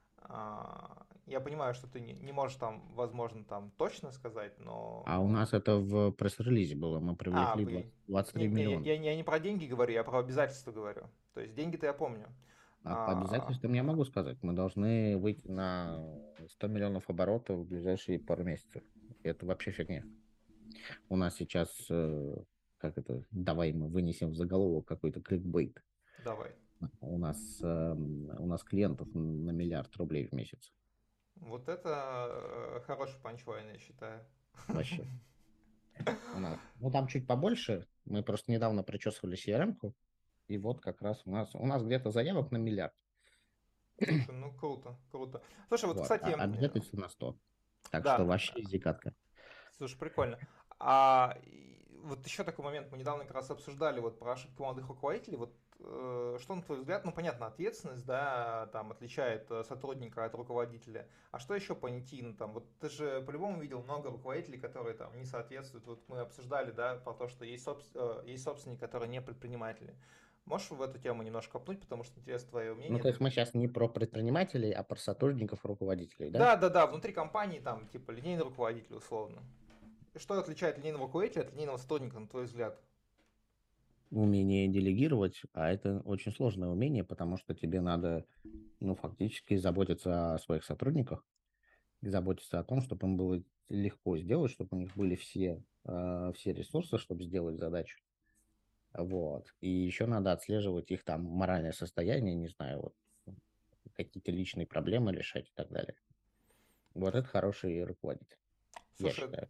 B: Я понимаю, что ты не можешь там, возможно, там точно сказать,
A: А у
B: но...
A: нас это в пресс-релизе было. Мы привлекли
B: Блин.
A: 23
B: Не,
A: миллиона.
B: я не про деньги говорю, я про обязательства говорю. То есть деньги-то я помню.
A: А по обязательствам я могу сказать, мы должны выйти на 100 миллионов оборотов в ближайшие пару месяцев. Это вообще фигня. У нас сейчас, как это, давай мы вынесем в заголовок какой-то кликбейт.
B: Давай.
A: У нас клиентов на 1 миллиард рублей в месяц.
B: Вот это хороший панчлайн, я считаю.
A: Вообще. У нас. Ну, там чуть побольше. Мы просто недавно причесывали CRM-ку. И вот как раз у нас где-то заявок на 1 миллиард.
B: Слушай, ну круто, круто. Слушай, вот,
A: Вот. А
B: кстати,
A: обязательства на 100. Так что
B: да,
A: вообще зикатка.
B: слушай, прикольно. Вот еще такой момент, мы недавно как раз обсуждали вот про ошибки молодых руководителей. Вот что, на твой взгляд, ну, понятно, ответственность, да, там отличает сотрудника от руководителя. А что еще понятийно там? Вот ты же по-любому видел много руководителей, которые там не соответствуют. Вот мы обсуждали, да, про то, что есть собственники, которые не предприниматели. Можешь в эту тему немножко копнуть, потому что интересно твое
A: Ну,
B: мнение.
A: то есть мы сейчас не про предпринимателей, а про сотрудников, руководителей, да?
B: Да, да, да, внутри компании там, типа, линейный руководитель, условно. Что отличает линейного руководителя от линейного сотрудника, на твой взгляд?
A: Умение делегировать, а это очень сложное умение, потому что тебе надо, ну, фактически заботиться о своих сотрудниках и заботиться о том, чтобы им было легко сделать, чтобы у них были все ресурсы, чтобы сделать задачу. Вот. И еще надо отслеживать их там моральное состояние, не знаю, вот какие-то личные проблемы решать и так далее. Вот это хороший руководитель, я
B: Слушай,
A: считаю.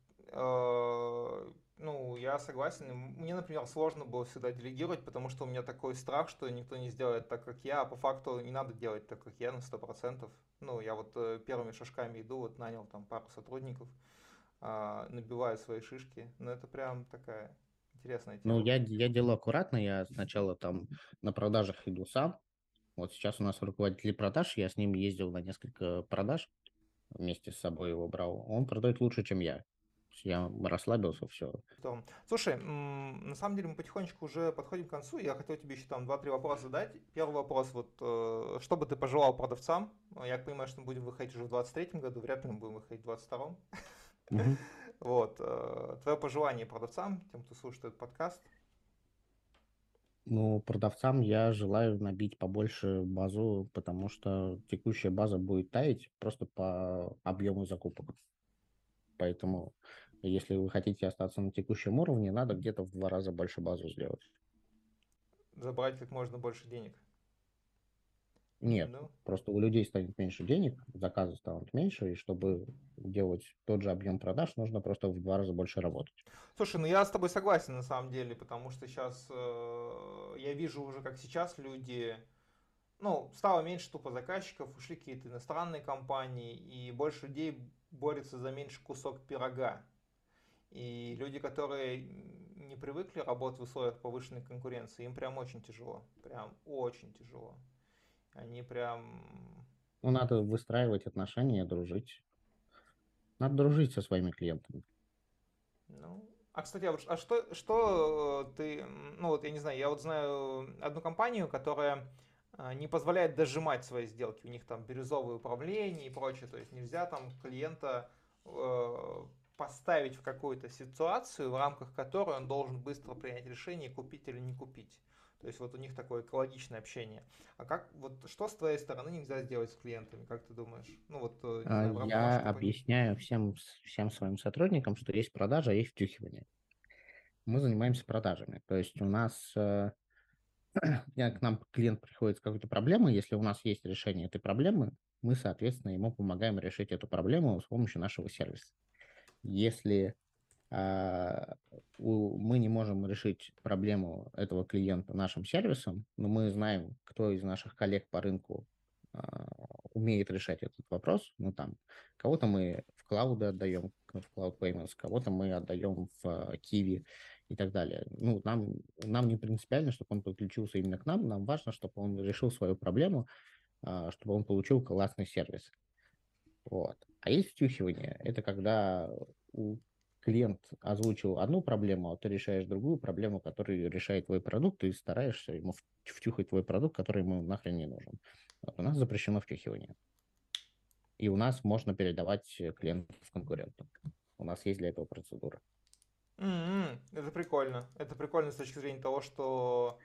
B: ну, я согласен. Мне, например, сложно было всегда делегировать, потому что у меня такой страх, что никто не сделает так, как я, а по факту не надо делать так, как я, на 100%. Ну, я вот первыми шажками иду, вот нанял там пару сотрудников, набиваю свои шишки. Но это прям такая интересная
A: Ну,
B: тема.
A: я делаю аккуратно, я сначала там на продажах иду сам. Вот сейчас у нас руководитель продаж, я с ним ездил на несколько продаж, вместе с собой его брал. Он продает лучше, чем я. То есть я расслабился, все.
B: Слушай, на самом деле мы потихонечку уже подходим к концу. Я хотел тебе еще там два-три вопроса задать. Первый вопрос, вот что бы ты пожелал продавцам? Я понимаю, что мы будем выходить уже в 23-м году, вряд ли мы будем выходить в 22-м. Вот, твое пожелание продавцам, тем, кто слушает этот подкаст.
A: Ну, продавцам я желаю набить побольше базу, потому что текущая база будет таять просто по объему закупок. Поэтому, если вы хотите остаться на текущем уровне, надо где-то в 2 раза больше базу сделать.
B: Забрать как можно больше денег.
A: Нет,
B: Ну,
A: просто у людей станет меньше денег, заказы станут меньше, и чтобы делать тот же объем продаж, нужно просто в 2 раза больше работать.
B: слушай, ну я с тобой согласен на самом деле, потому что сейчас я вижу уже, как сейчас люди, ну, стало меньше тупо заказчиков, ушли какие-то иностранные компании, и больше людей борются за меньший кусок пирога. И люди, которые не привыкли работать в условиях повышенной конкуренции, им прям очень тяжело. Прям очень тяжело. Они прям...
A: Ну, надо выстраивать отношения, дружить. Надо дружить со своими клиентами.
B: Ну, а кстати, что ты, ну вот я не знаю, я вот знаю одну компанию, которая не позволяет дожимать свои сделки. У них там бирюзовое управление и прочее. То есть нельзя там клиента поставить в какую-то ситуацию, в рамках которой он должен быстро принять решение, купить или не купить. То есть вот у них такое экологичное общение. А как, вот что с твоей стороны нельзя сделать с клиентами, как ты думаешь? Ну вот, не знаю, в рамках
A: Я
B: вашей компании.
A: объясняю всем своим сотрудникам, что есть продажа, а есть втюхивание. Мы занимаемся продажами. То есть у нас, к нам клиент приходит с какой-то проблемой, если у нас есть решение этой проблемы, мы, соответственно, ему помогаем решить эту проблему с помощью нашего сервиса. Если а, мы не можем решить проблему этого клиента нашим сервисом, но мы знаем, кто из наших коллег по рынку умеет решать этот вопрос. Ну, там, кого-то мы в клауды отдаем, в Cloud Payments, кого-то мы отдаем в Kiwi и так далее. Ну, нам не принципиально, чтобы он подключился именно к нам важно, чтобы он решил свою проблему, чтобы он получил классный сервис. Вот. А есть втюхивание. Это когда клиент озвучил одну проблему, а ты решаешь другую проблему, которую решает твой продукт, и стараешься ему втюхать твой продукт, который ему нахрен не нужен. Вот. У нас запрещено втюхивание. И у нас можно передавать клиентов конкурентам. У нас есть для этого процедура.
B: Это прикольно. Это прикольно с точки зрения того, что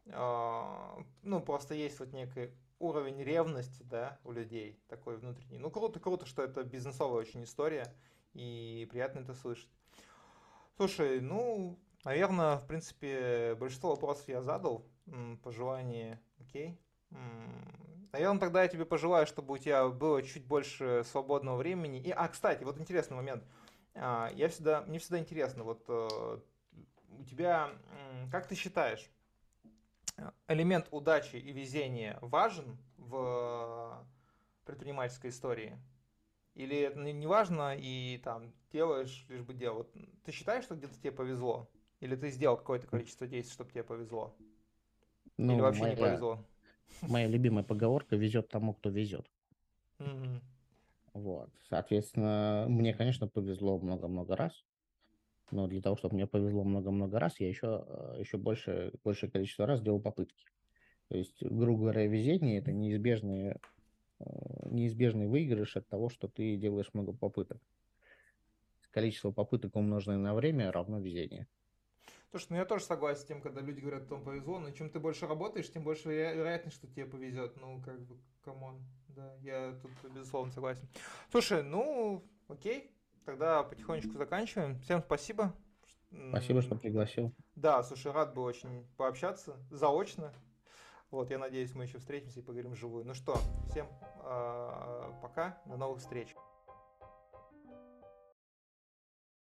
B: ну, просто есть вот некий уровень ревности, да, у людей такой внутренний. Ну, круто, круто, что это бизнесовая очень история, и приятно это слышать. Слушай, ну, наверное, в принципе, большинство вопросов я задал. Пожелания, окей. Наверное, тогда я тебе пожелаю, чтобы у тебя было чуть больше свободного времени. Кстати, вот интересный момент. Мне всегда интересно, вот у тебя, как ты считаешь, элемент удачи и везения важен в предпринимательской истории? Или это не важно и там делаешь лишь бы делал? Вот ты считаешь, что где-то тебе повезло? Или ты сделал какое-то количество действий, чтобы тебе повезло? Или
A: Ну,
B: вообще не
A: моя,
B: повезло?
A: моя любимая поговорка «везет тому, кто везет».
B: Мгм.
A: Вот. Соответственно, мне, конечно, повезло много-много раз. Но для того, чтобы мне повезло много-много раз, я еще большее количество раз делал попытки. То есть, грубо говоря, везение – это неизбежный выигрыш от того, что ты делаешь много попыток. Количество попыток, умноженное на время, равно везение.
B: Слушай, ну я тоже согласен с тем, когда люди говорят, что повезло, но чем ты больше работаешь, тем больше вероятность, что тебе повезет. Ну, как бы, камон. Да, я тут безусловно согласен. Слушай, ну, окей, тогда потихонечку заканчиваем. Всем спасибо.
A: Спасибо, что пригласил.
B: Да, слушай, рад был очень пообщаться заочно. Вот, я надеюсь, мы еще встретимся и поговорим вживую. Ну что, всем пока, до новых встреч.